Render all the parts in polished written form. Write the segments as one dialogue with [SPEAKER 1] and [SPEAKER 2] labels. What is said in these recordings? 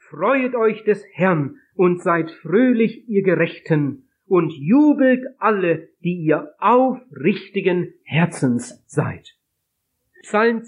[SPEAKER 1] Freuet euch des Herrn und seid fröhlich, ihr Gerechten, und jubelt alle, die ihr aufrichtigen Herzens seid. Psalm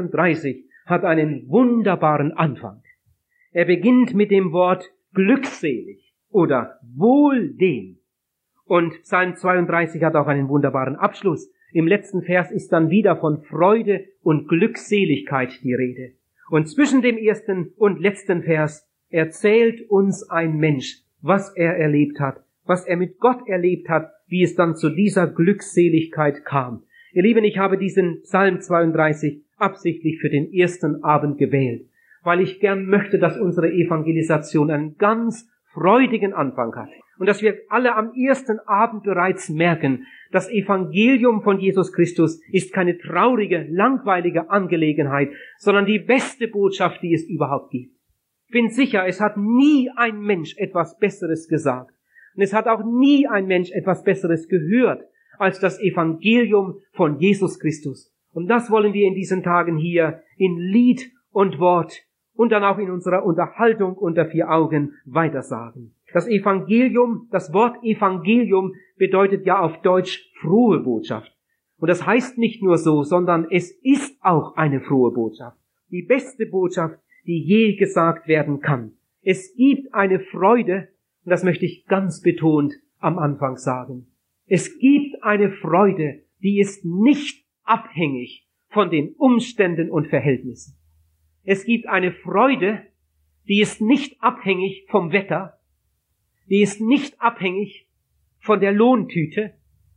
[SPEAKER 1] 32 hat einen wunderbaren Anfang. Er beginnt mit dem Wort glückselig oder wohl dem. Und Psalm 32 hat auch einen wunderbaren Abschluss. Im letzten Vers ist dann wieder von Freude und Glückseligkeit die Rede. Und zwischen dem ersten und letzten Vers erzählt uns ein Mensch, was er erlebt hat, was er mit Gott erlebt hat, wie es dann zu dieser Glückseligkeit kam. Ihr Lieben, ich habe diesen Psalm 32 absichtlich für den ersten Abend gewählt, weil ich gern möchte, dass unsere Evangelisation einen ganz freudigen Anfang hat. Und dass wir alle am ersten Abend bereits merken, das Evangelium von Jesus Christus ist keine traurige, langweilige Angelegenheit, sondern die beste Botschaft, die es überhaupt gibt. Ich bin sicher, es hat nie ein Mensch etwas Besseres gesagt. Und es hat auch nie ein Mensch etwas Besseres gehört als das Evangelium von Jesus Christus. Und das wollen wir in diesen Tagen hier in Lied und Wort und dann auch in unserer Unterhaltung unter vier Augen weitersagen. Das Evangelium, das Wort Evangelium bedeutet ja auf Deutsch frohe Botschaft. Und das heißt nicht nur so, sondern es ist auch eine frohe Botschaft. Die beste Botschaft, die je gesagt werden kann. Es gibt eine Freude, und das möchte ich ganz betont am Anfang sagen. Es gibt eine Freude, die ist nicht abhängig von den Umständen und Verhältnissen. Es gibt eine Freude, die ist nicht abhängig vom Wetter, die ist nicht abhängig von der Lohntüte.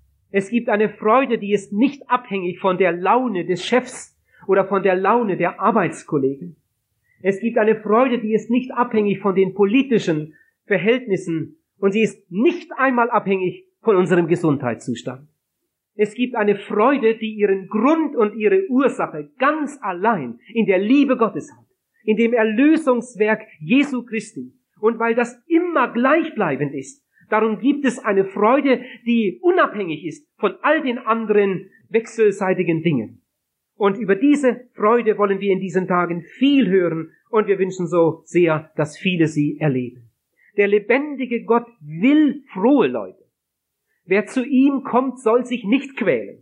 [SPEAKER 1] Es gibt eine Freude, die ist nicht abhängig von der Laune des Chefs oder von der Laune der Arbeitskollegen. Es gibt eine Freude, die ist nicht abhängig von den politischen Verhältnissen und sie ist nicht einmal abhängig von unserem Gesundheitszustand. Es gibt eine Freude, die ihren Grund und ihre Ursache ganz allein in der Liebe Gottes hat, in dem Erlösungswerk Jesu Christi. Und weil das immer gleichbleibend ist, darum gibt es eine Freude, die unabhängig ist von all den anderen wechselseitigen Dingen. Und über diese Freude wollen wir in diesen Tagen viel hören und wir wünschen so sehr, dass viele sie erleben. Der lebendige Gott will frohe Leute. Wer zu ihm kommt, soll sich nicht quälen.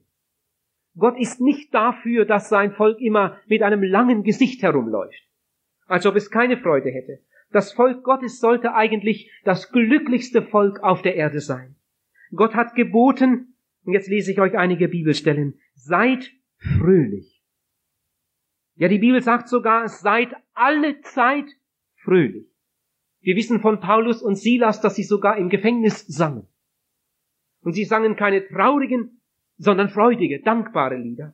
[SPEAKER 1] Gott ist nicht dafür, dass sein Volk immer mit einem langen Gesicht herumläuft, als ob es keine Freude hätte. Das Volk Gottes sollte eigentlich das glücklichste Volk auf der Erde sein. Gott hat geboten, und jetzt lese ich euch einige Bibelstellen, seid fröhlich. Ja, die Bibel sagt sogar, seid alle Zeit fröhlich. Wir wissen von Paulus und Silas, dass sie sogar im Gefängnis sangen. Und sie sangen keine traurigen, sondern freudige, dankbare Lieder.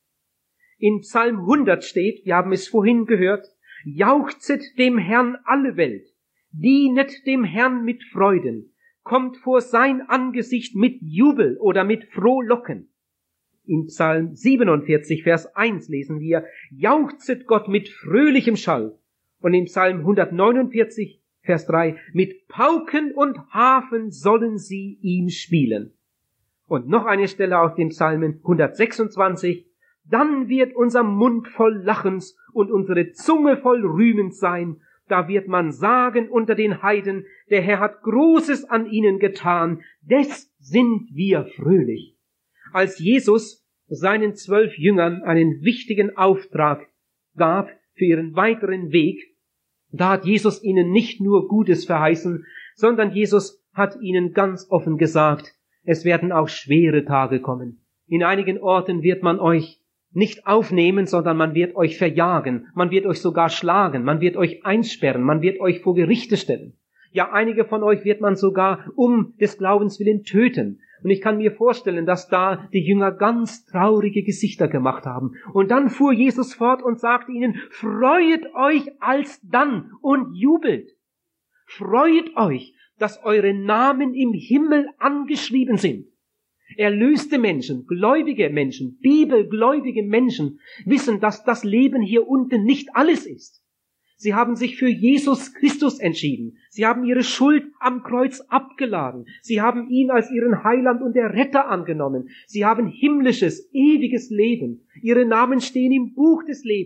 [SPEAKER 1] In Psalm 100 steht, wir haben es vorhin gehört, jauchzet dem Herrn alle Welt, dienet dem Herrn mit Freuden, kommt vor sein Angesicht mit Jubel oder mit Frohlocken. In Psalm 47, Vers 1 lesen wir, jauchzet Gott mit fröhlichem Schall. Und in Psalm 149, Vers 3, mit Pauken und Harfen sollen sie ihm spielen. Und noch eine Stelle aus dem Psalmen 126, dann wird unser Mund voll Lachens und unsere Zunge voll Rühmens sein. Da wird man sagen unter den Heiden, der Herr hat Großes an ihnen getan, des sind wir fröhlich. Als Jesus seinen 12 Jüngern einen wichtigen Auftrag gab für ihren weiteren Weg, da hat Jesus ihnen nicht nur Gutes verheißen, sondern Jesus hat ihnen ganz offen gesagt, es werden auch schwere Tage kommen. In einigen Orten wird man euch nicht aufnehmen, sondern man wird euch verjagen, man wird euch sogar schlagen, man wird euch einsperren, man wird euch vor Gerichte stellen. Ja, einige von euch wird man sogar um des Glaubens willen töten. Und ich kann mir vorstellen, dass da die Jünger ganz traurige Gesichter gemacht haben. Und dann fuhr Jesus fort und sagte ihnen, freuet euch alsdann und jubelt. Freut euch, dass eure Namen im Himmel angeschrieben sind. Erlöste Menschen, gläubige Menschen, bibelgläubige Menschen wissen, dass das Leben hier unten nicht alles ist. Sie haben sich für Jesus Christus entschieden. Sie haben ihre Schuld am Kreuz abgeladen. Sie haben ihn als ihren Heiland und der Retter angenommen. Sie haben himmlisches, ewiges Leben. Ihre Namen stehen im Buch des Lebens.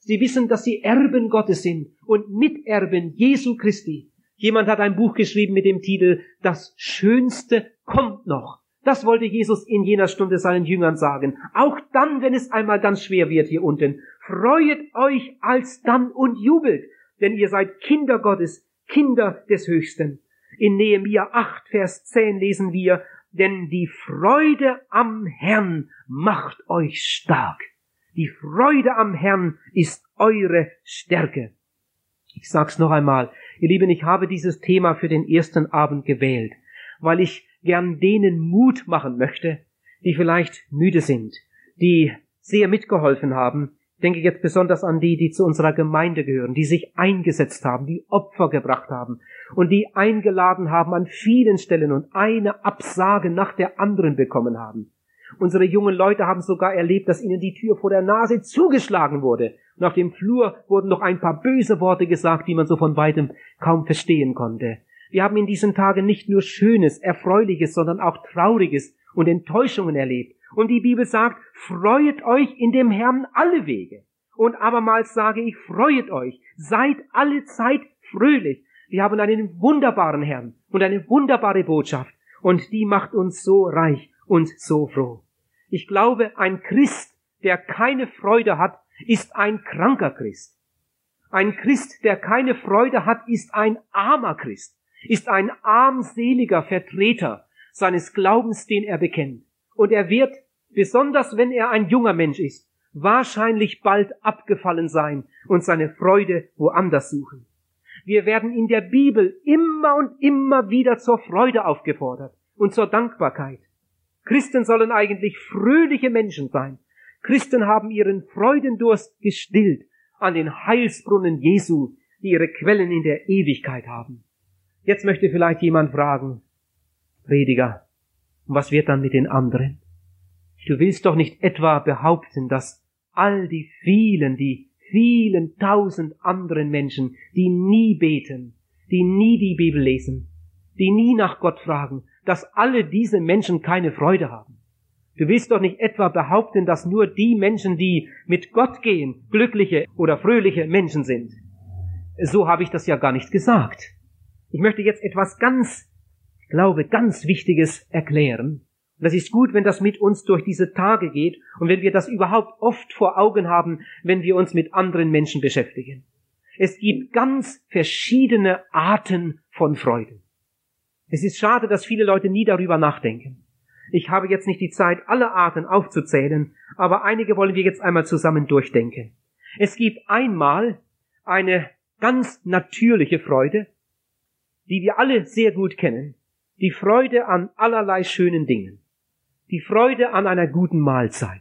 [SPEAKER 1] Sie wissen, dass sie Erben Gottes sind und Miterben Jesu Christi. Jemand hat ein Buch geschrieben mit dem Titel Das Schönste kommt noch. Das wollte Jesus in jener Stunde seinen Jüngern sagen. Auch dann, wenn es einmal ganz schwer wird hier unten. Freuet euch alsdann und jubelt, denn ihr seid Kinder Gottes, Kinder des Höchsten. In Nehemia 8, Vers 10 lesen wir, denn die Freude am Herrn macht euch stark. Die Freude am Herrn ist eure Stärke. Ich sag's noch einmal, ihr Lieben, ich habe dieses Thema für den ersten Abend gewählt, weil ich gern denen Mut machen möchte, die vielleicht müde sind, die sehr mitgeholfen haben. Ich denke jetzt besonders an die zu unserer Gemeinde gehören, die sich eingesetzt haben, die Opfer gebracht haben und die eingeladen haben an vielen Stellen und eine Absage nach der anderen bekommen haben. Unsere jungen Leute haben sogar erlebt, dass ihnen die Tür vor der Nase zugeschlagen wurde. Und auf dem Flur wurden noch ein paar böse Worte gesagt, die man so von weitem kaum verstehen konnte. Wir haben in diesen Tagen nicht nur Schönes, Erfreuliches, sondern auch Trauriges und Enttäuschungen erlebt. Und die Bibel sagt, freuet euch in dem Herrn alle Wege. Und abermals sage ich, freuet euch, seid alle Zeit fröhlich. Wir haben einen wunderbaren Herrn und eine wunderbare Botschaft. Und die macht uns so reich und so froh. Ich glaube, ein Christ, der keine Freude hat, ist ein kranker Christ. Ein Christ, der keine Freude hat, ist ein armer Christ, ist ein armseliger Vertreter seines Glaubens, den er bekennt. Und er wird, besonders wenn er ein junger Mensch ist, wahrscheinlich bald abgefallen sein und seine Freude woanders suchen. Wir werden in der Bibel immer und immer wieder zur Freude aufgefordert und zur Dankbarkeit. Christen sollen eigentlich fröhliche Menschen sein. Christen haben ihren Freudendurst gestillt an den Heilsbrunnen Jesu, die ihre Quellen in der Ewigkeit haben. Jetzt möchte vielleicht jemand fragen, Prediger, was wird dann mit den anderen? Du willst doch nicht etwa behaupten, dass all die vielen tausend anderen Menschen, die nie beten, die nie die Bibel lesen, die nie nach Gott fragen, dass alle diese Menschen keine Freude haben. Du willst doch nicht etwa behaupten, dass nur die Menschen, die mit Gott gehen, glückliche oder fröhliche Menschen sind. So habe ich das ja gar nicht gesagt. Ich möchte jetzt etwas ganz Wichtiges erklären. Und das ist gut, wenn das mit uns durch diese Tage geht und wenn wir das überhaupt oft vor Augen haben, wenn wir uns mit anderen Menschen beschäftigen. Es gibt ganz verschiedene Arten von Freude. Es ist schade, dass viele Leute nie darüber nachdenken. Ich habe jetzt nicht die Zeit, alle Arten aufzuzählen, aber einige wollen wir jetzt einmal zusammen durchdenken. Es gibt einmal eine ganz natürliche Freude, die wir alle sehr gut kennen. Die Freude an allerlei schönen Dingen. Die Freude an einer guten Mahlzeit.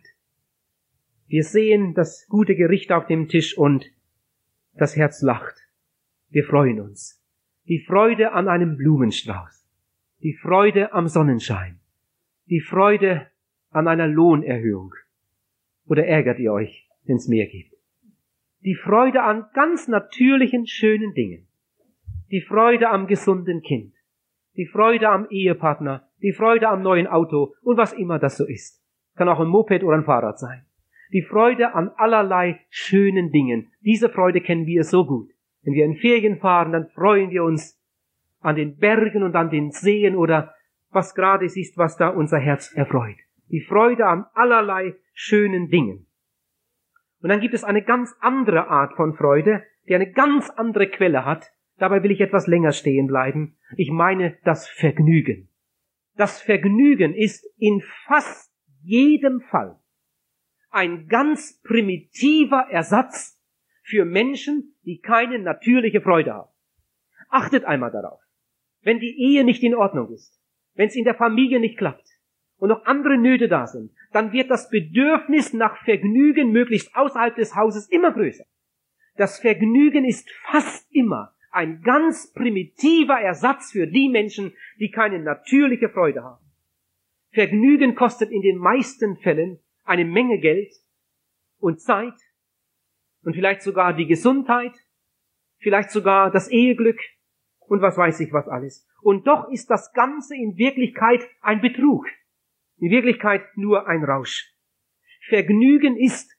[SPEAKER 1] Wir sehen das gute Gericht auf dem Tisch und das Herz lacht. Wir freuen uns. Die Freude an einem Blumenstrauß. Die Freude am Sonnenschein. Die Freude an einer Lohnerhöhung. Oder ärgert ihr euch, wenn es mehr gibt? Die Freude an ganz natürlichen, schönen Dingen. Die Freude am gesunden Kind. Die Freude am Ehepartner. Die Freude am neuen Auto und was immer das so ist. Kann auch ein Moped oder ein Fahrrad sein. Die Freude an allerlei schönen Dingen. Diese Freude kennen wir so gut. Wenn wir in Ferien fahren, dann freuen wir uns an den Bergen und an den Seen oder was gerade es ist, was da unser Herz erfreut. Die Freude an allerlei schönen Dingen. Und dann gibt es eine ganz andere Art von Freude, die eine ganz andere Quelle hat. Dabei will ich etwas länger stehen bleiben. Ich meine das Vergnügen. Das Vergnügen ist in fast jedem Fall ein ganz primitiver Ersatz für Menschen, die keine natürliche Freude haben. Achtet einmal darauf. Wenn die Ehe nicht in Ordnung ist, wenn es in der Familie nicht klappt und noch andere Nöte da sind, dann wird das Bedürfnis nach Vergnügen möglichst außerhalb des Hauses immer größer. Das Vergnügen ist fast immer ein ganz primitiver Ersatz für die Menschen, die keine natürliche Freude haben. Vergnügen kostet in den meisten Fällen eine Menge Geld und Zeit und vielleicht sogar die Gesundheit, vielleicht sogar das Eheglück und was weiß ich was alles. Und doch ist das Ganze in Wirklichkeit ein Betrug, in Wirklichkeit nur ein Rausch. Vergnügen ist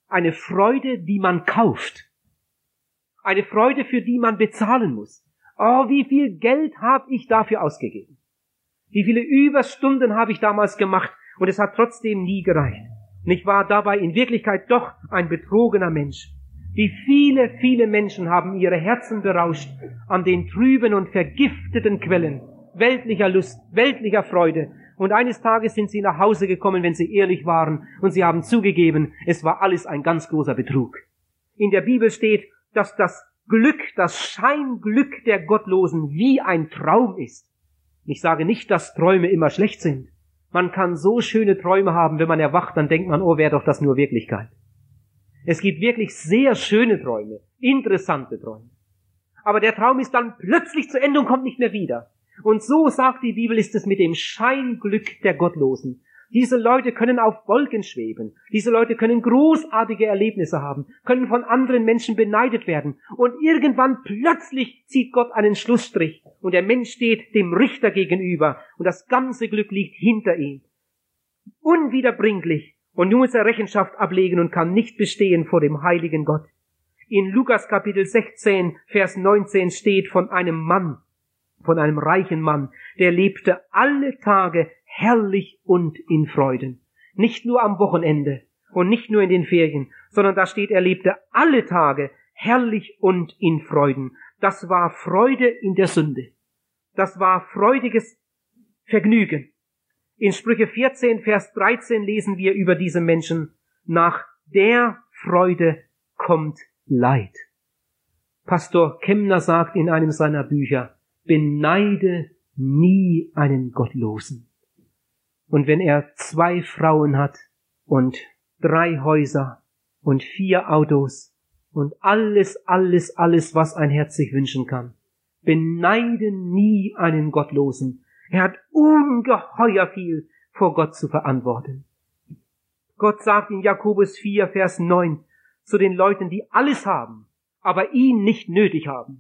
[SPEAKER 1] eine Freude, die man kauft. Eine Freude, für die man bezahlen muss. Oh, wie viel Geld habe ich dafür ausgegeben? Wie viele Überstunden habe ich damals gemacht und es hat trotzdem nie gereicht. Und ich war dabei in Wirklichkeit doch ein betrogener Mensch. Wie viele, viele Menschen haben ihre Herzen berauscht an den trüben und vergifteten Quellen weltlicher Lust, weltlicher Freude. Und eines Tages sind sie nach Hause gekommen, wenn sie ehrlich waren, und sie haben zugegeben, es war alles ein ganz großer Betrug. In der Bibel steht, dass das Glück, das Scheinglück der Gottlosen wie ein Traum ist. Ich sage nicht, dass Träume immer schlecht sind. Man kann so schöne Träume haben, wenn man erwacht, dann denkt man, oh, wäre doch das nur Wirklichkeit. Es gibt wirklich sehr schöne Träume, interessante Träume. Aber der Traum ist dann plötzlich zu Ende und kommt nicht mehr wieder. Und so, sagt die Bibel, ist es mit dem Scheinglück der Gottlosen. Diese Leute können auf Wolken schweben. Diese Leute können großartige Erlebnisse haben, können von anderen Menschen beneidet werden. Und irgendwann plötzlich zieht Gott einen Schlussstrich und der Mensch steht dem Richter gegenüber und das ganze Glück liegt hinter ihm. Unwiederbringlich. Und nun muss er Rechenschaft ablegen und kann nicht bestehen vor dem heiligen Gott. In Lukas Kapitel 16, Vers 19 steht von einem Mann, von einem reichen Mann, der lebte alle Tage herrlich und in Freuden. Nicht nur am Wochenende und nicht nur in den Ferien, sondern da steht, er lebte alle Tage herrlich und in Freuden. Das war Freude in der Sünde. Das war freudiges Vergnügen. In Sprüche 14, Vers 13 lesen wir über diese Menschen, nach der Freude kommt Leid. Pastor Kemner sagt in einem seiner Bücher, beneide nie einen Gottlosen. Und wenn er 2 Frauen hat und 3 Häuser und 4 Autos und alles, was ein Herz sich wünschen kann, beneide nie einen Gottlosen. Er hat ungeheuer viel vor Gott zu verantworten. Gott sagt in Jakobus 4, Vers 9 zu den Leuten, die alles haben, aber ihn nicht nötig haben.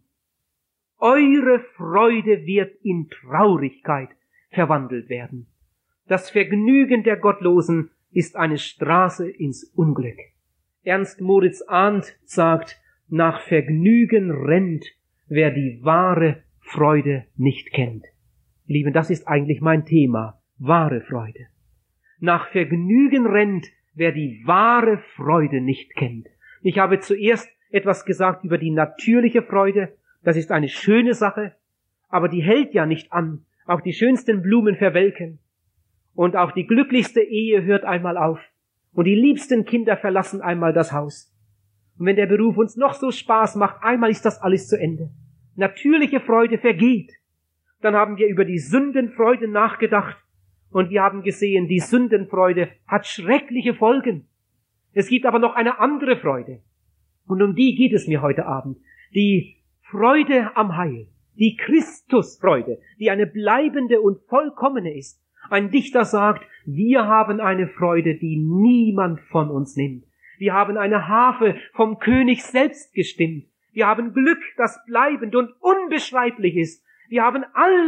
[SPEAKER 1] Eure Freude wird in Traurigkeit verwandelt werden. Das Vergnügen der Gottlosen ist eine Straße ins Unglück. Ernst Moritz Arndt sagt, nach Vergnügen rennt, wer die wahre Freude nicht kennt. Lieben, das ist eigentlich mein Thema, wahre Freude. Nach Vergnügen rennt, wer die wahre Freude nicht kennt. Ich habe zuerst etwas gesagt über die natürliche Freude. Das ist eine schöne Sache, aber die hält ja nicht an. Auch die schönsten Blumen verwelken. Und auch die glücklichste Ehe hört einmal auf. Und die liebsten Kinder verlassen einmal das Haus. Und wenn der Beruf uns noch so Spaß macht, einmal ist das alles zu Ende. Natürliche Freude vergeht. Dann haben wir über die Sündenfreude nachgedacht und wir haben gesehen, die Sündenfreude hat schreckliche Folgen. Es gibt aber noch eine andere Freude. Und um die geht es mir heute Abend. Die Freude am Heil. Die Christusfreude, die eine bleibende und vollkommene ist. Ein Dichter sagt, wir haben eine Freude, die niemand von uns nimmt. Wir haben eine Harfe vom König selbst gestimmt. Wir haben Glück, das bleibend und unbeschreiblich ist. Wir haben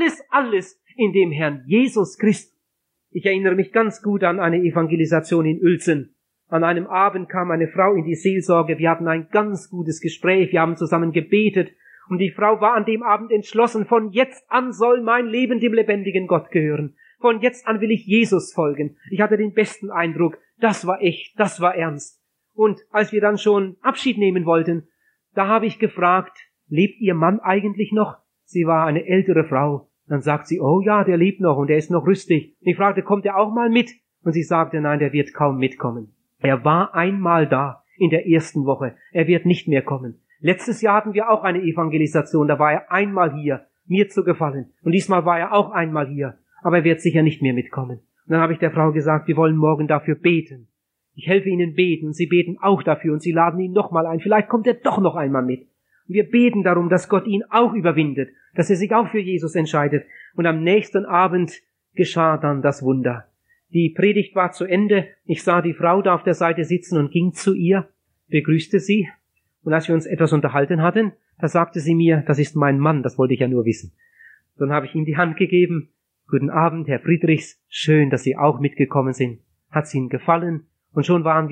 [SPEAKER 1] alles in dem Herrn Jesus Christus. Ich erinnere mich ganz gut an eine Evangelisation in Uelzen. An einem Abend kam eine Frau in die Seelsorge. Wir hatten ein ganz gutes Gespräch. Wir haben zusammen gebetet. Und die Frau war an dem Abend entschlossen, von jetzt an soll mein Leben dem lebendigen Gott gehören. Von jetzt an will ich Jesus folgen. Ich hatte den besten Eindruck. Das war echt, das war ernst. Und als wir dann schon Abschied nehmen wollten, da habe ich gefragt, lebt Ihr Mann eigentlich noch? Sie war eine ältere Frau. Dann sagt sie, oh ja, der lebt noch und er ist noch rüstig. Und ich fragte, kommt er auch mal mit? Und sie sagte, nein, der wird kaum mitkommen. Er war einmal da in der ersten Woche. Er wird nicht mehr kommen. Letztes Jahr hatten wir auch eine Evangelisation. Da war er einmal hier, mir zu gefallen. Und diesmal war er auch einmal hier. Aber er wird sicher nicht mehr mitkommen. Und dann habe ich der Frau gesagt, wir wollen morgen dafür beten. Ich helfe Ihnen beten und Sie beten auch dafür und Sie laden ihn nochmal ein. Vielleicht kommt er doch noch einmal mit. Und wir beten darum, dass Gott ihn auch überwindet, dass er sich auch für Jesus entscheidet. Und am nächsten Abend geschah dann das Wunder. Die Predigt war zu Ende. Ich sah die Frau da auf der Seite sitzen und ging zu ihr, begrüßte sie. Und als wir uns etwas unterhalten hatten, da sagte sie mir, das ist mein Mann, das wollte ich ja nur wissen. Dann habe ich ihm die Hand gegeben. Guten Abend, Herr Friedrichs. Schön, dass Sie auch mitgekommen sind. Hat's Ihnen gefallen? Und schon waren wir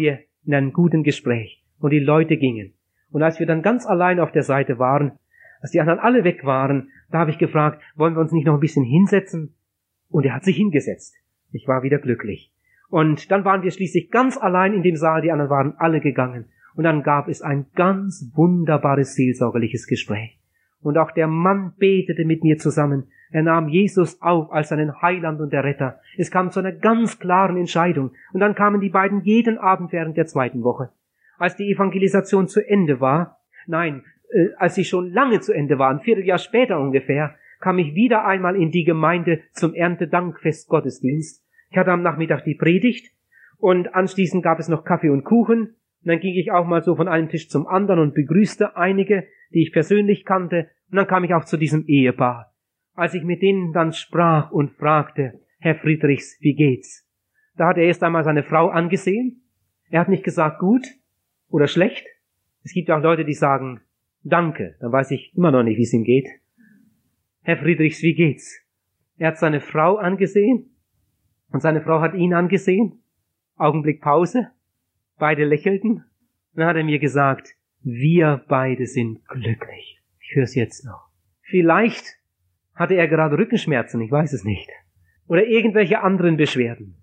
[SPEAKER 1] in einem guten Gespräch. Und die Leute gingen. Und als wir dann ganz allein auf der Seite waren, als die anderen alle weg waren, da habe ich gefragt, wollen wir uns nicht noch ein bisschen hinsetzen? Und er hat sich hingesetzt. Ich war wieder glücklich. Und dann waren wir schließlich ganz allein in dem Saal, die anderen waren alle gegangen. Und dann gab es ein ganz wunderbares seelsorgerliches Gespräch. Und auch der Mann betete mit mir zusammen. Er nahm Jesus auf als seinen Heiland und der Retter. Es kam zu einer ganz klaren Entscheidung. Und dann kamen die beiden jeden Abend während der 2. Woche. Als die Evangelisation zu Ende war, als sie schon lange zu Ende war, ein Vierteljahr später ungefähr, kam ich wieder einmal in die Gemeinde zum Erntedankfest Gottesdienst. Ich hatte am Nachmittag die Predigt und anschließend gab es noch Kaffee und Kuchen. Und dann ging ich auch mal so von einem Tisch zum anderen und begrüßte einige, die ich persönlich kannte. Und dann kam ich auch zu diesem Ehepaar. Als ich mit denen dann sprach und fragte, Herr Friedrichs, wie geht's? Da hat er erst einmal seine Frau angesehen. Er hat nicht gesagt gut oder schlecht. Es gibt auch Leute, die sagen Danke. Dann weiß ich immer noch nicht, wie es ihm geht. Herr Friedrichs, wie geht's? Er hat seine Frau angesehen und seine Frau hat ihn angesehen. Augenblick Pause. Beide lächelten. Dann hat er mir gesagt, wir beide sind glücklich. Ich höre es jetzt noch. Vielleicht hatte er gerade Rückenschmerzen, ich weiß es nicht. Oder irgendwelche anderen Beschwerden.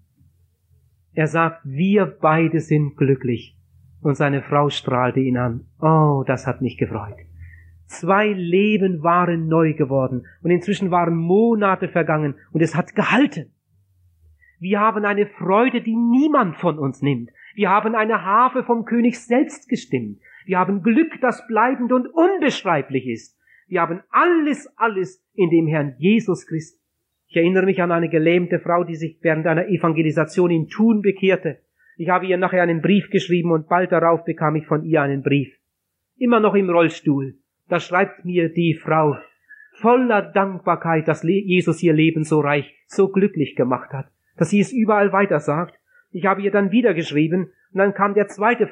[SPEAKER 1] Er sagt, wir beide sind glücklich. Und seine Frau strahlte ihn an. Oh, das hat mich gefreut. 2 Leben waren neu geworden. Und inzwischen waren Monate vergangen. Und es hat gehalten. Wir haben eine Freude, die niemand von uns nimmt. Wir haben eine Harfe vom König selbst gestimmt. Wir haben Glück, das bleibend und unbeschreiblich ist. Wir haben alles in dem Herrn Jesus Christus. Ich erinnere mich an eine gelähmte Frau, die sich während einer Evangelisation in Thun bekehrte. Ich habe ihr nachher einen Brief geschrieben und bald darauf bekam ich von ihr einen Brief. Immer noch im Rollstuhl. Da schreibt mir die Frau voller Dankbarkeit, dass Jesus ihr Leben so reich, so glücklich gemacht hat, dass sie es überall weiter sagt. Ich habe ihr dann wieder geschrieben und dann kam der zweite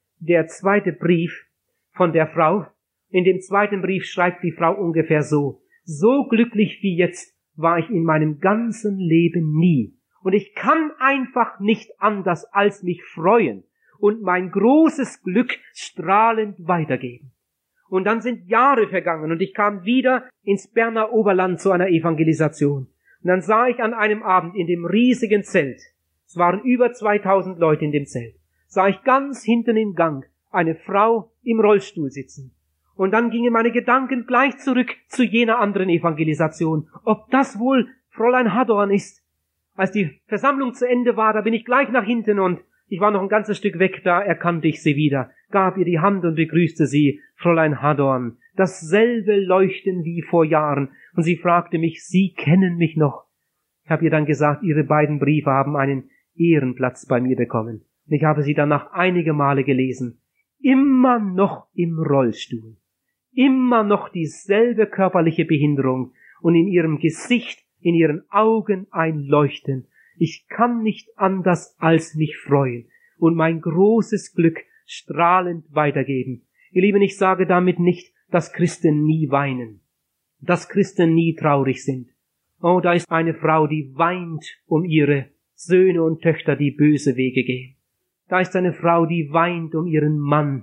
[SPEAKER 1] Brief von der Frau. In dem zweiten Brief schreibt die Frau ungefähr so: So glücklich wie jetzt war ich in meinem ganzen Leben nie. Und ich kann einfach nicht anders als mich freuen und mein großes Glück strahlend weitergeben. Und dann sind Jahre vergangen und ich kam wieder ins Berner Oberland zu einer Evangelisation. Und dann sah ich an einem Abend in dem riesigen Zelt, es waren über 2000 Leute in dem Zelt, sah ich ganz hinten im Gang eine Frau im Rollstuhl sitzen. Und dann gingen meine Gedanken gleich zurück zu jener anderen Evangelisation, ob das wohl Fräulein Hadorn ist. Als die Versammlung zu Ende war, da bin ich gleich nach hinten und ich war noch ein ganzes Stück weg, da erkannte ich sie wieder, gab ihr die Hand und begrüßte sie, Fräulein Hadorn, dasselbe Leuchten wie vor Jahren. Und sie fragte mich, Sie kennen mich noch? Ich habe ihr dann gesagt, Ihre beiden Briefe haben einen Ehrenplatz bei mir bekommen. Und ich habe sie danach einige Male gelesen. Immer noch im Rollstuhl. Immer noch dieselbe körperliche Behinderung und in ihrem Gesicht, in ihren Augen ein Leuchten. Ich kann nicht anders als mich freuen und mein großes Glück strahlend weitergeben. Ihr Lieben, ich sage damit nicht, dass Christen nie weinen, dass Christen nie traurig sind. Oh, da ist eine Frau, die weint um ihre Söhne und Töchter, die böse Wege gehen. Da ist eine Frau, die weint um ihren Mann,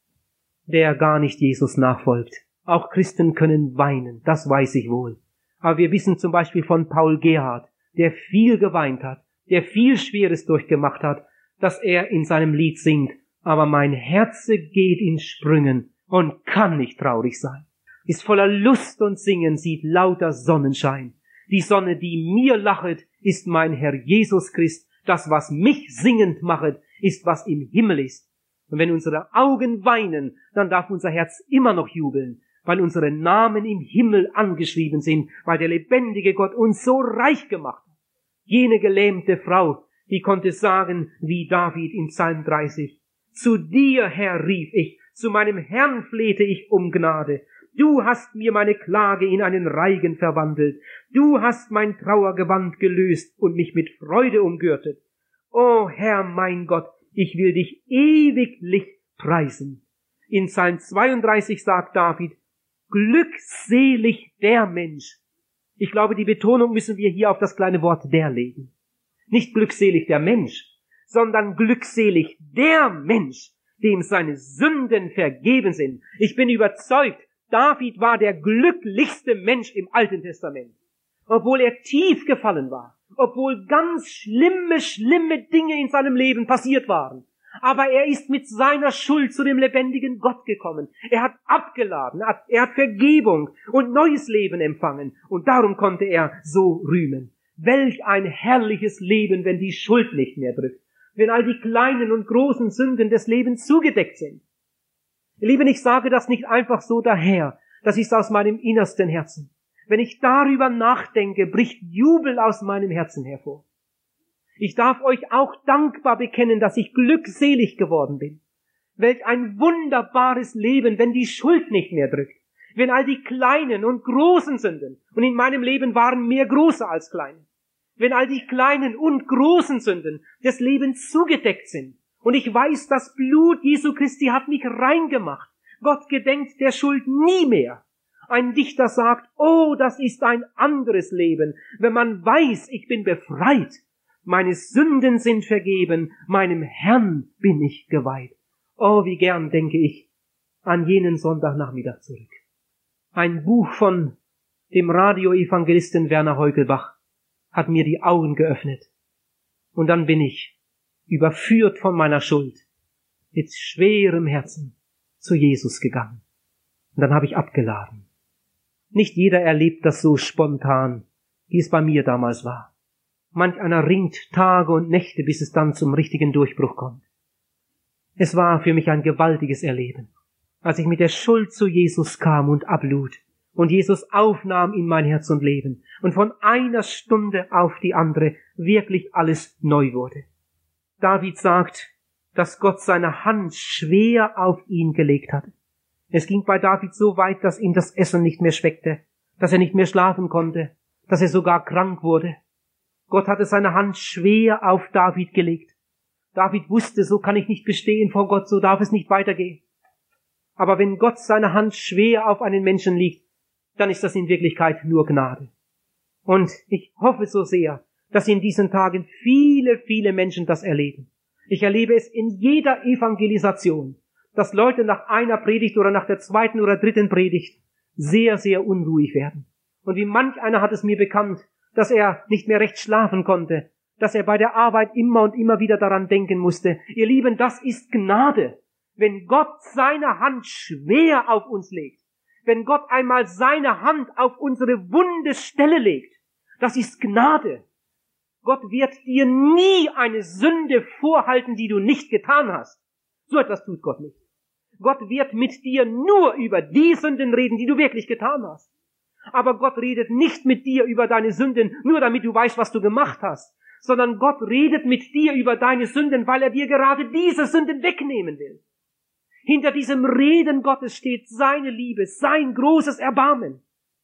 [SPEAKER 1] der gar nicht Jesus nachfolgt. Auch Christen können weinen, das weiß ich wohl. Aber wir wissen zum Beispiel von Paul Gerhardt, der viel geweint hat, der viel Schweres durchgemacht hat, dass er in seinem Lied singt, aber mein Herze geht in Sprüngen und kann nicht traurig sein. Ist voller Lust und Singen, sieht lauter Sonnenschein. Die Sonne, die mir lachet, ist mein Herr Jesus Christ. Das, was mich singend machet, ist, was im Himmel ist. Und wenn unsere Augen weinen, dann darf unser Herz immer noch jubeln, weil unsere Namen im Himmel angeschrieben sind, weil der lebendige Gott uns so reich gemacht hat. Jene gelähmte Frau, die konnte sagen, wie David in Psalm 30, Zu dir, Herr, rief ich, zu meinem Herrn flehte ich um Gnade. Du hast mir meine Klage in einen Reigen verwandelt. Du hast mein Trauergewand gelöst und mich mit Freude umgürtet. O Herr, mein Gott, ich will dich ewiglich preisen. In Psalm 32 sagt David, glückselig der Mensch. Ich glaube, die Betonung müssen wir hier auf das kleine Wort der legen. Nicht glückselig der Mensch, sondern glückselig der Mensch, dem seine Sünden vergeben sind. Ich bin überzeugt, David war der glücklichste Mensch im Alten Testament. Obwohl er tief gefallen war, obwohl ganz schlimme Dinge in seinem Leben passiert waren. Aber er ist mit seiner Schuld zu dem lebendigen Gott gekommen. Er hat abgeladen, er hat Vergebung und neues Leben empfangen. Und darum konnte er so rühmen. Welch ein herrliches Leben, wenn die Schuld nicht mehr drückt. Wenn all die kleinen und großen Sünden des Lebens zugedeckt sind. Ihr Lieben, ich sage das nicht einfach so daher. Das ist aus meinem innersten Herzen. Wenn ich darüber nachdenke, bricht Jubel aus meinem Herzen hervor. Ich darf euch auch dankbar bekennen, dass ich glückselig geworden bin. Welch ein wunderbares Leben, wenn die Schuld nicht mehr drückt. Wenn all die kleinen und großen Sünden, und in meinem Leben waren mehr große als kleine, wenn all die kleinen und großen Sünden des Lebens zugedeckt sind. Und ich weiß, das Blut Jesu Christi hat mich rein gemacht. Gott gedenkt der Schuld nie mehr. Ein Dichter sagt, oh, das ist ein anderes Leben, wenn man weiß, ich bin befreit. Meine Sünden sind vergeben, meinem Herrn bin ich geweiht. Oh, wie gern denke ich an jenen Sonntagnachmittag zurück. Ein Buch von dem Radioevangelisten Werner Heugelbach hat mir die Augen geöffnet. Und dann bin ich, überführt von meiner Schuld, mit schwerem Herzen zu Jesus gegangen. Und dann habe ich abgeladen. Nicht jeder erlebt das so spontan, wie es bei mir damals war. Manch einer ringt Tage und Nächte, bis es dann zum richtigen Durchbruch kommt. Es war für mich ein gewaltiges Erleben, als ich mit der Schuld zu Jesus kam und ablud und Jesus aufnahm in mein Herz und Leben und von einer Stunde auf die andere wirklich alles neu wurde. David sagt, dass Gott seine Hand schwer auf ihn gelegt hatte. Es ging bei David so weit, dass ihm das Essen nicht mehr schmeckte, dass er nicht mehr schlafen konnte, dass er sogar krank wurde. Gott hatte seine Hand schwer auf David gelegt. David wusste, so kann ich nicht bestehen vor Gott, so darf es nicht weitergehen. Aber wenn Gott seine Hand schwer auf einen Menschen legt, dann ist das in Wirklichkeit nur Gnade. Und ich hoffe so sehr, dass in diesen Tagen viele Menschen das erleben. Ich erlebe es in jeder Evangelisation, dass Leute nach einer Predigt oder nach der zweiten oder dritten Predigt sehr unruhig werden. Und wie manch einer hat es mir bekannt, dass er nicht mehr recht schlafen konnte, dass er bei der Arbeit immer und immer wieder daran denken musste. Ihr Lieben, das ist Gnade. Wenn Gott seine Hand schwer auf uns legt, wenn Gott einmal seine Hand auf unsere wunde Stelle legt, das ist Gnade. Gott wird dir nie eine Sünde vorhalten, die du nicht getan hast. So etwas tut Gott nicht. Gott wird mit dir nur über die Sünden reden, die du wirklich getan hast. Aber Gott redet nicht mit dir über deine Sünden, nur damit du weißt, was du gemacht hast, sondern Gott redet mit dir über deine Sünden, weil er dir gerade diese Sünden wegnehmen will. Hinter diesem Reden Gottes steht seine Liebe, sein großes Erbarmen.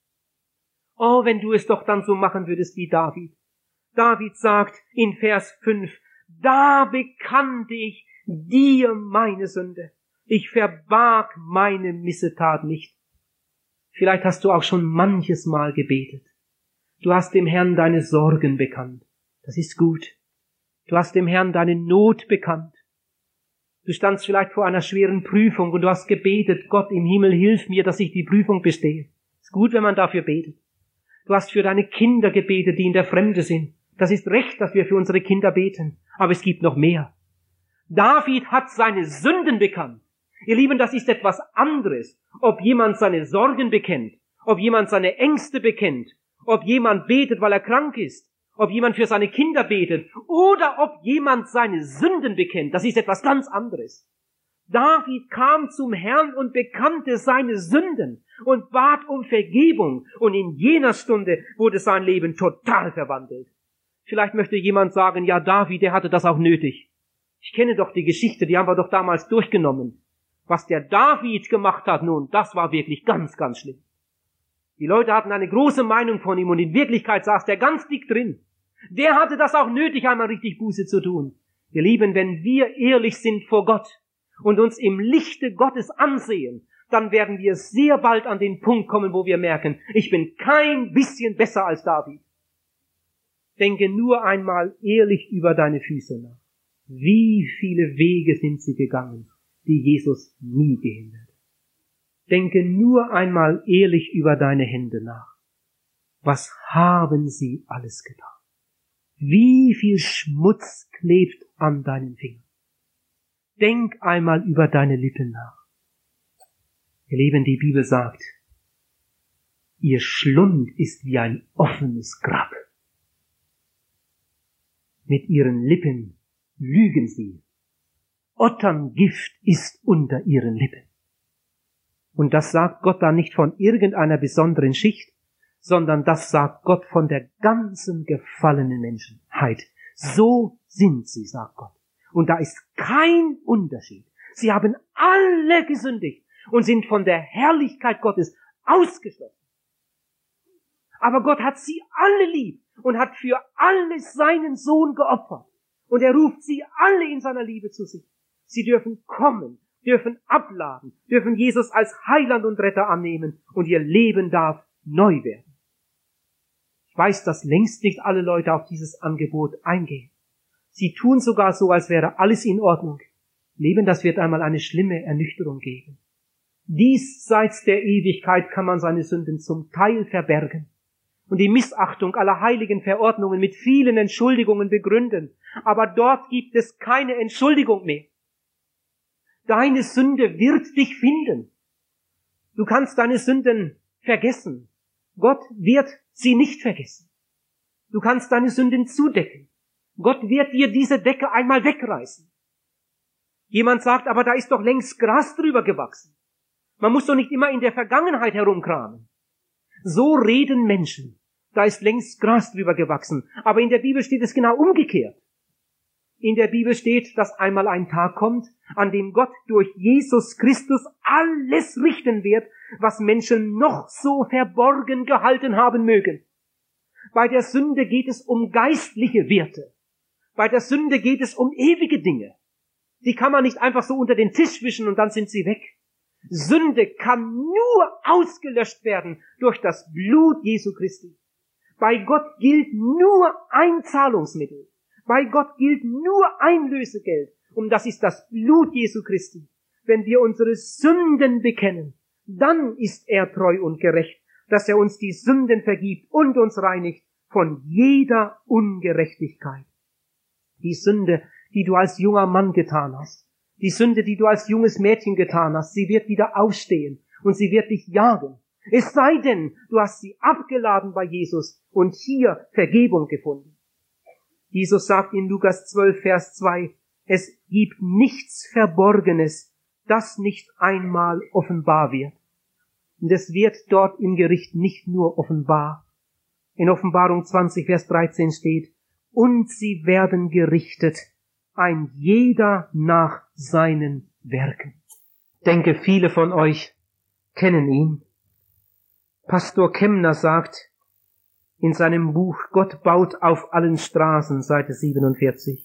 [SPEAKER 1] Oh, wenn du es doch dann so machen würdest wie David. David sagt in Vers 5, da bekannte ich dir meine Sünde. Ich verbarg meine Missetat nicht. Vielleicht hast du auch schon manches Mal gebetet. Du hast dem Herrn deine Sorgen bekannt. Das ist gut. Du hast dem Herrn deine Not bekannt. Du standst vielleicht vor einer schweren Prüfung und du hast gebetet, Gott im Himmel, hilf mir, dass ich die Prüfung bestehe. Ist gut, wenn man dafür betet. Du hast für deine Kinder gebetet, die in der Fremde sind. Das ist recht, dass wir für unsere Kinder beten. Aber es gibt noch mehr. David hat seine Sünden bekannt. Ihr Lieben, das ist etwas anderes, ob jemand seine Sorgen bekennt, ob jemand seine Ängste bekennt, ob jemand betet, weil er krank ist, ob jemand für seine Kinder betet oder ob jemand seine Sünden bekennt. Das ist etwas ganz anderes. David kam zum Herrn und bekannte seine Sünden und bat um Vergebung und in jener Stunde wurde sein Leben total verwandelt. Vielleicht möchte jemand sagen, ja, David, der hatte das auch nötig. Ich kenne doch die Geschichte, die haben wir doch damals durchgenommen. Was der David gemacht hat nun, das war wirklich ganz schlimm. Die Leute hatten eine große Meinung von ihm und in Wirklichkeit saß der ganz dick drin. Der hatte das auch nötig, einmal richtig Buße zu tun. Ihr Lieben, wenn wir ehrlich sind vor Gott und uns im Lichte Gottes ansehen, dann werden wir sehr bald an den Punkt kommen, wo wir merken, ich bin kein bisschen besser als David. Denke nur einmal ehrlich über deine Füße nach. Wie viele Wege sind sie gegangen, die Jesus nie gehen wird. Denke nur einmal ehrlich über deine Hände nach. Was haben sie alles getan? Wie viel Schmutz klebt an deinen Fingern? Denk einmal über deine Lippen nach. Ihr Lieben, die Bibel sagt, ihr Schlund ist wie ein offenes Grab. Mit ihren Lippen lügen sie. Otterngift ist unter ihren Lippen. Und das sagt Gott da nicht von irgendeiner besonderen Schicht, sondern das sagt Gott von der ganzen gefallenen Menschheit. So sind sie, sagt Gott. Und da ist kein Unterschied. Sie haben alle gesündigt und sind von der Herrlichkeit Gottes ausgeschlossen. Aber Gott hat sie alle lieb und hat für alle seinen Sohn geopfert. Und er ruft sie alle in seiner Liebe zu sich. Sie dürfen kommen, dürfen abladen, dürfen Jesus als Heiland und Retter annehmen und ihr Leben darf neu werden. Ich weiß, dass längst nicht alle Leute auf dieses Angebot eingehen. Sie tun sogar so, als wäre alles in Ordnung. Leben, das wird einmal eine schlimme Ernüchterung geben. Diesseits der Ewigkeit kann man seine Sünden zum Teil verbergen und die Missachtung aller heiligen Verordnungen mit vielen Entschuldigungen begründen. Aber dort gibt es keine Entschuldigung mehr. Deine Sünde wird dich finden. Du kannst deine Sünden vergessen. Gott wird sie nicht vergessen. Du kannst deine Sünden zudecken. Gott wird dir diese Decke einmal wegreißen. Jemand sagt, aber da ist doch längst Gras drüber gewachsen. Man muss doch nicht immer in der Vergangenheit herumkramen. So reden Menschen. Da ist längst Gras drüber gewachsen. Aber in der Bibel steht es genau umgekehrt. In der Bibel steht, dass einmal ein Tag kommt, an dem Gott durch Jesus Christus alles richten wird, was Menschen noch so verborgen gehalten haben mögen. Bei der Sünde geht es um geistliche Werte. Bei der Sünde geht es um ewige Dinge. Die kann man nicht einfach so unter den Tisch wischen und dann sind sie weg. Sünde kann nur ausgelöscht werden durch das Blut Jesu Christi. Bei Gott gilt nur ein Zahlungsmittel. Bei Gott gilt nur ein Lösegeld. Und das ist das Blut Jesu Christi. Wenn wir unsere Sünden bekennen, dann ist er treu und gerecht, dass er uns die Sünden vergibt und uns reinigt von jeder Ungerechtigkeit. Die Sünde, die du als junger Mann getan hast, die Sünde, die du als junges Mädchen getan hast, sie wird wieder aufstehen und sie wird dich jagen. Es sei denn, du hast sie abgeladen bei Jesus und hier Vergebung gefunden. Jesus sagt in Lukas 12, Vers 2, es gibt nichts Verborgenes, das nicht einmal offenbar wird. Und es wird dort im Gericht nicht nur offenbar. In Offenbarung 20, Vers 13 steht, und sie werden gerichtet, ein jeder nach seinen Werken. Ich denke, viele von euch kennen ihn. Pastor Kemner sagt in seinem Buch Gott baut auf allen Straßen, Seite 47,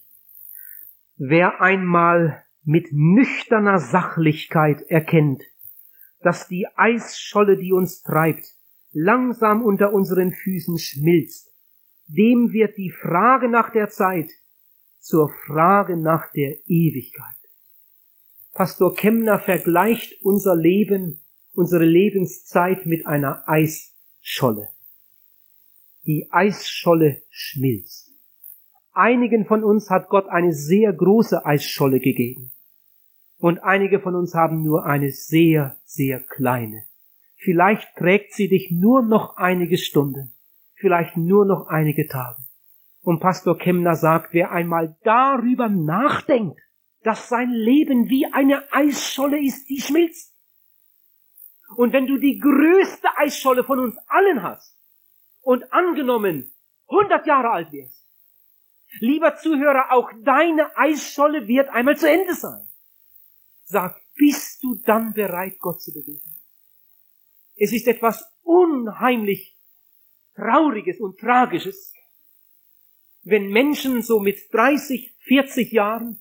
[SPEAKER 1] wer einmal mit nüchterner Sachlichkeit erkennt, dass die Eisscholle, die uns treibt, langsam unter unseren Füßen schmilzt, dem wird die Frage nach der Zeit zur Frage nach der Ewigkeit. Pastor Kemner vergleicht unser Leben, unsere Lebenszeit mit einer Eisscholle. Die Eisscholle schmilzt. Einigen von uns hat Gott eine sehr große Eisscholle gegeben. Und einige von uns haben nur eine sehr, sehr kleine. Vielleicht trägt sie dich nur noch einige Stunden, vielleicht nur noch einige Tage. Und Pastor Kemner sagt, wer einmal darüber nachdenkt, dass sein Leben wie eine Eisscholle ist, die schmilzt. Und wenn du die größte Eisscholle von uns allen hast und angenommen 100 Jahre alt wirst, lieber Zuhörer, auch deine Eisscholle wird einmal zu Ende sein. Sag, bist du dann bereit, Gott zu begegnen? Es ist etwas unheimlich Trauriges und Tragisches, wenn Menschen so mit 30, 40 Jahren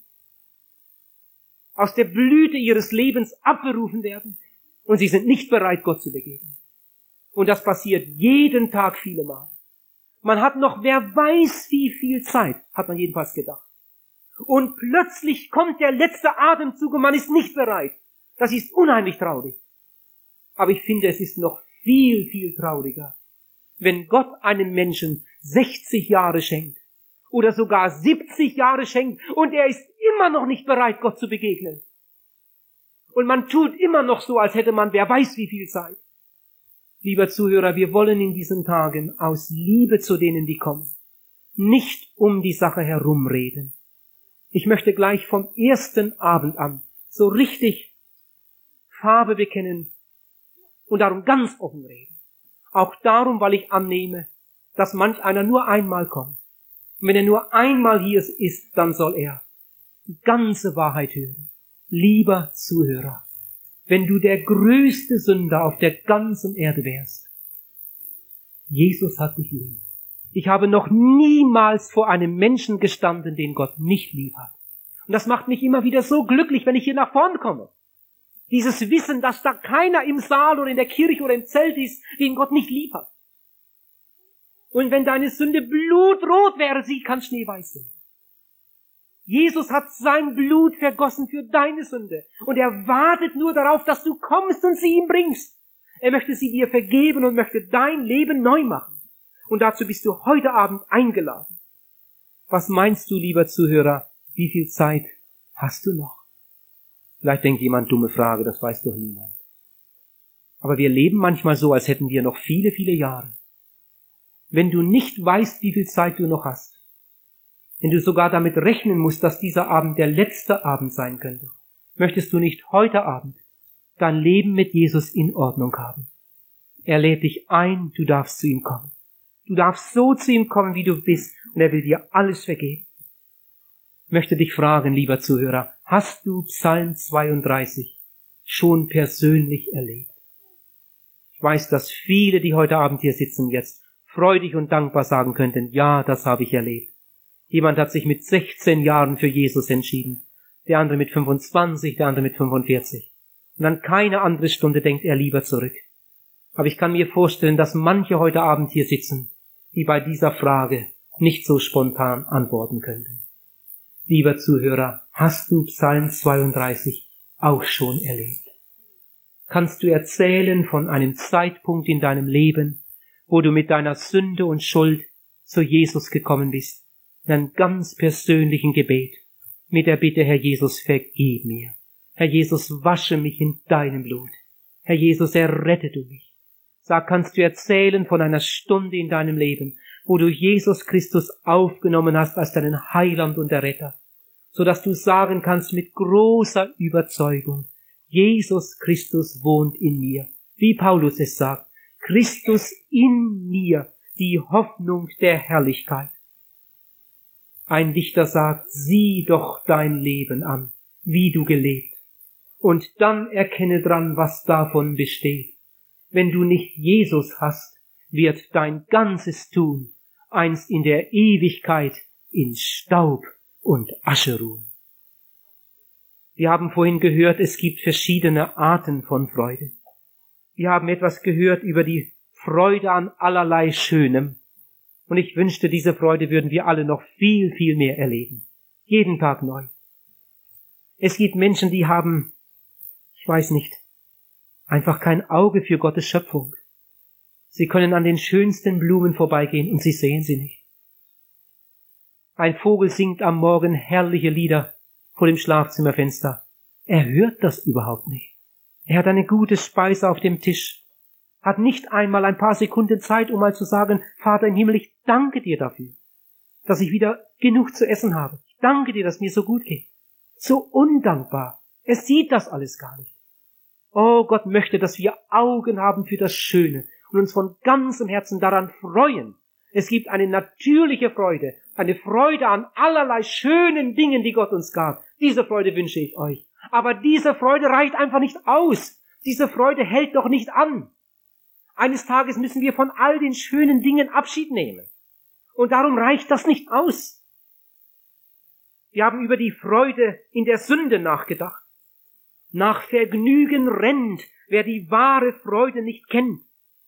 [SPEAKER 1] aus der Blüte ihres Lebens abberufen werden und sie sind nicht bereit, Gott zu begegnen. Und das passiert jeden Tag viele Mal. Man hat noch, wer weiß wie viel Zeit, hat man jedenfalls gedacht. Und plötzlich kommt der letzte Atemzug und man ist nicht bereit. Das ist unheimlich traurig. Aber ich finde, es ist noch viel, viel trauriger, wenn Gott einem Menschen 60 Jahre schenkt oder sogar 70 Jahre schenkt und er ist immer noch nicht bereit, Gott zu begegnen. Und man tut immer noch so, als hätte man wer weiß wie viel Zeit. Lieber Zuhörer, wir wollen in diesen Tagen aus Liebe zu denen, die kommen, nicht um die Sache herumreden. Ich möchte gleich vom ersten Abend an so richtig Farbe bekennen und darum ganz offen reden. Auch darum, weil ich annehme, dass manch einer nur einmal kommt. Und wenn er nur einmal hier ist, dann soll er die ganze Wahrheit hören. Lieber Zuhörer, wenn du der größte Sünder auf der ganzen Erde wärst, Jesus hat dich lieb. Ich habe noch niemals vor einem Menschen gestanden, den Gott nicht lieb hat. Und das macht mich immer wieder so glücklich, wenn ich hier nach vorn komme. Dieses Wissen, dass da keiner im Saal oder in der Kirche oder im Zelt ist, den Gott nicht lieb hat. Und wenn deine Sünde blutrot wäre, sie kann schneeweiß werden. Jesus hat sein Blut vergossen für deine Sünde. Und er wartet nur darauf, dass du kommst und sie ihm bringst. Er möchte sie dir vergeben und möchte dein Leben neu machen. Und dazu bist du heute Abend eingeladen. Was meinst du, lieber Zuhörer, wie viel Zeit hast du noch? Vielleicht denkt jemand, dumme Frage, das weiß doch niemand. Aber wir leben manchmal so, als hätten wir noch viele, viele Jahre. Wenn du nicht weißt, wie viel Zeit du noch hast, wenn du sogar damit rechnen musst, dass dieser Abend der letzte Abend sein könnte, möchtest du nicht heute Abend dein Leben mit Jesus in Ordnung haben. Er lädt dich ein, du darfst zu ihm kommen. Du darfst so zu ihm kommen, wie du bist, und er will dir alles vergeben. Ich möchte dich fragen, lieber Zuhörer, hast du Psalm 32 schon persönlich erlebt? Ich weiß, dass viele, die heute Abend hier sitzen, jetzt freudig und dankbar sagen könnten, ja, das habe ich erlebt. Jemand hat sich mit 16 Jahren für Jesus entschieden, der andere mit 25, der andere mit 45. Und an keine andere Stunde denkt er lieber zurück. Aber ich kann mir vorstellen, dass manche heute Abend hier sitzen, die bei dieser Frage nicht so spontan antworten könnten. Lieber Zuhörer, hast du Psalm 32 auch schon erlebt? Kannst du erzählen von einem Zeitpunkt in deinem Leben, wo du mit deiner Sünde und Schuld zu Jesus gekommen bist, in einem ganz persönlichen Gebet, mit der Bitte, Herr Jesus, vergib mir. Herr Jesus, wasche mich in deinem Blut. Herr Jesus, errette du mich. Sag, kannst du erzählen von einer Stunde in deinem Leben, wo du Jesus Christus aufgenommen hast als deinen Heiland und Erretter, so dass du sagen kannst mit großer Überzeugung, Jesus Christus wohnt in mir. Wie Paulus es sagt, Christus in mir, die Hoffnung der Herrlichkeit. Ein Dichter sagt, sieh doch dein Leben an, wie du gelebt, und dann erkenne dran, was davon besteht. Wenn du nicht Jesus hast, wird dein ganzes Tun einst in der Ewigkeit in Staub und Asche ruhen. Wir haben vorhin gehört, es gibt verschiedene Arten von Freude. Wir haben etwas gehört über die Freude an allerlei Schönem. Und ich wünschte, diese Freude würden wir alle noch viel, viel mehr erleben. Jeden Tag neu. Es gibt Menschen, die haben, ich weiß nicht, einfach kein Auge für Gottes Schöpfung. Sie können an den schönsten Blumen vorbeigehen und sie sehen sie nicht. Ein Vogel singt am Morgen herrliche Lieder vor dem Schlafzimmerfenster. Er hört das überhaupt nicht. Er hat eine gute Speise auf dem Tisch, hat nicht einmal ein paar Sekunden Zeit, um mal zu sagen, Vater im Himmel, ich danke dir dafür, dass ich wieder genug zu essen habe. Ich danke dir, dass mir so gut geht. So undankbar. Er sieht das alles gar nicht. Oh, Gott möchte, dass wir Augen haben für das Schöne und uns von ganzem Herzen daran freuen. Es gibt eine natürliche Freude, eine Freude an allerlei schönen Dingen, die Gott uns gab. Diese Freude wünsche ich euch. Aber diese Freude reicht einfach nicht aus. Diese Freude hält doch nicht an. Eines Tages müssen wir von all den schönen Dingen Abschied nehmen. Und darum reicht das nicht aus. Wir haben über die Freude in der Sünde nachgedacht. Nach Vergnügen rennt, wer die wahre Freude nicht kennt.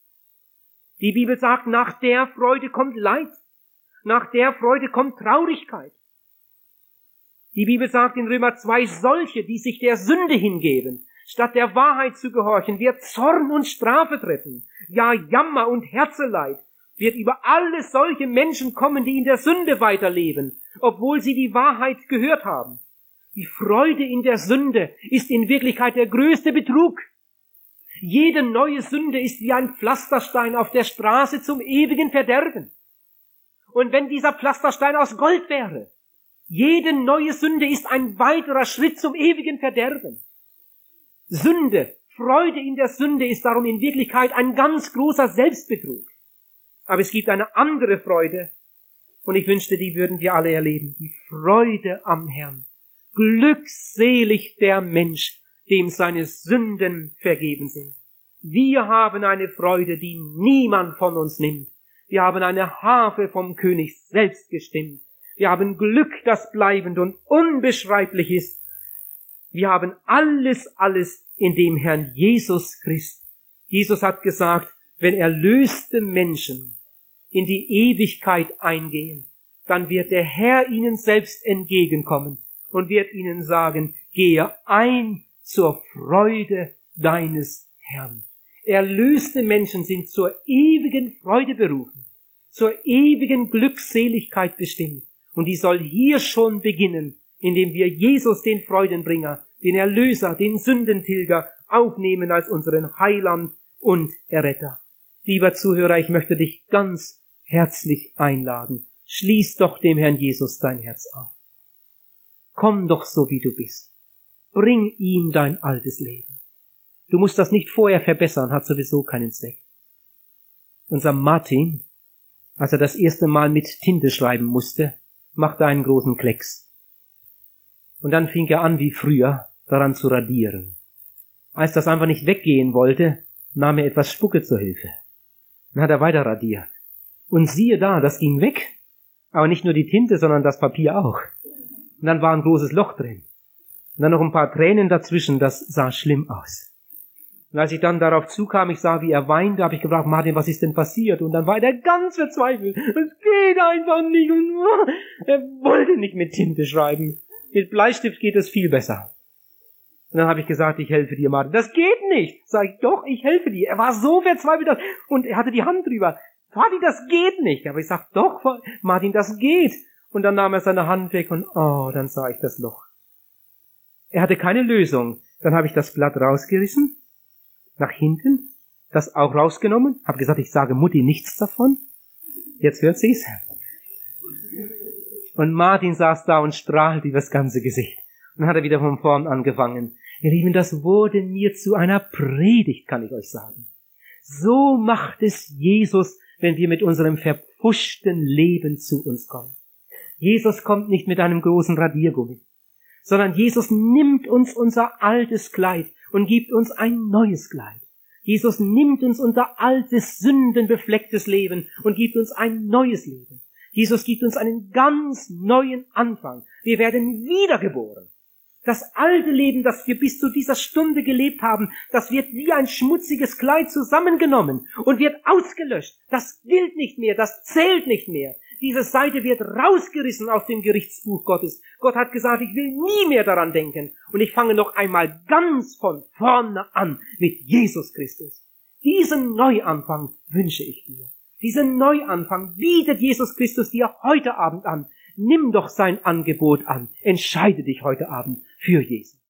[SPEAKER 1] Die Bibel sagt, nach der Freude kommt Leid. Nach der Freude kommt Traurigkeit. Die Bibel sagt in Römer 2, solche, die sich der Sünde hingeben, statt der Wahrheit zu gehorchen, wird Zorn und Strafe treffen. Ja, Jammer und Herzeleid wird über alle solche Menschen kommen, die in der Sünde weiterleben, obwohl sie die Wahrheit gehört haben. Die Freude in der Sünde ist in Wirklichkeit der größte Betrug. Jede neue Sünde ist wie ein Pflasterstein auf der Straße zum ewigen Verderben. Und wenn dieser Pflasterstein aus Gold wäre, jede neue Sünde ist ein weiterer Schritt zum ewigen Verderben. Sünde, Freude in der Sünde ist darum in Wirklichkeit ein ganz großer Selbstbetrug. Aber es gibt eine andere Freude, und ich wünschte, die würden wir alle erleben. Die Freude am Herrn. Glückselig der Mensch, dem seine Sünden vergeben sind. Wir haben eine Freude, die niemand von uns nimmt. Wir haben eine Harfe vom König selbst gestimmt. Wir haben Glück, das bleibend und unbeschreiblich ist. Wir haben alles in dem Herrn Jesus Christ. Jesus hat gesagt, wenn erlöste Menschen in die Ewigkeit eingehen, dann wird der Herr ihnen selbst entgegenkommen und wird ihnen sagen, gehe ein zur Freude deines Herrn. Erlöste Menschen sind zur ewigen Freude berufen, zur ewigen Glückseligkeit bestimmt. Und die soll hier schon beginnen, indem wir Jesus, den Freudenbringer, den Erlöser, den Sündentilger, aufnehmen als unseren Heiland und Erretter. Lieber Zuhörer, ich möchte dich ganz herzlich einladen. Schließ doch dem Herrn Jesus dein Herz auf. Komm doch so, wie du bist. Bring ihm dein altes Leben. Du musst das nicht vorher verbessern, hat sowieso keinen Zweck. Unser Martin, als er das erste Mal mit Tinte schreiben musste, machte einen großen Klecks. Und dann fing er an, wie früher, daran zu radieren. Als das einfach nicht weggehen wollte, nahm er etwas Spucke zur Hilfe. Dann hat er weiter radiert. Und siehe da, das ging weg. Aber nicht nur die Tinte, sondern das Papier auch. Und dann war ein großes Loch drin. Und dann noch ein paar Tränen dazwischen, das sah schlimm aus. Und als ich dann darauf zukam, ich sah, wie er weinte, habe ich gefragt, Martin, was ist denn passiert? Und dann war er ganz verzweifelt. Es geht einfach nicht. Und er wollte nicht mit Tinte schreiben. Mit Bleistift geht es viel besser. Und dann habe ich gesagt, ich helfe dir, Martin. Das geht nicht. Sag ich, doch, ich helfe dir. Er war so verzweifelt. Und er hatte die Hand drüber. Martin, das geht nicht. Aber ich sag, doch, Martin, das geht. Und dann nahm er seine Hand weg und dann sah ich das Loch. Er hatte keine Lösung. Dann habe ich das Blatt rausgerissen, nach hinten, das auch rausgenommen, habe gesagt, ich sage Mutti nichts davon. Jetzt hört sie's. Und Martin saß da und strahlte über das ganze Gesicht. Und dann hat er wieder von vorn angefangen. Ihr Lieben, das wurde mir zu einer Predigt, kann ich euch sagen. So macht es Jesus, wenn wir mit unserem verpfuschten Leben zu uns kommen. Jesus kommt nicht mit einem großen Radiergummi, sondern Jesus nimmt uns unser altes Kleid und gibt uns ein neues Kleid. Jesus nimmt uns unser altes, sündenbeflecktes Leben und gibt uns ein neues Leben. Jesus gibt uns einen ganz neuen Anfang. Wir werden wiedergeboren. Das alte Leben, das wir bis zu dieser Stunde gelebt haben, das wird wie ein schmutziges Kleid zusammengenommen und wird ausgelöscht. Das gilt nicht mehr, das zählt nicht mehr. Diese Seite wird rausgerissen aus dem Gerichtsbuch Gottes. Gott hat gesagt, ich will nie mehr daran denken. Und ich fange noch einmal ganz von vorne an mit Jesus Christus. Diesen Neuanfang wünsche ich dir. Diesen Neuanfang bietet Jesus Christus dir heute Abend an. Nimm doch sein Angebot an. Entscheide dich heute Abend für Jesus.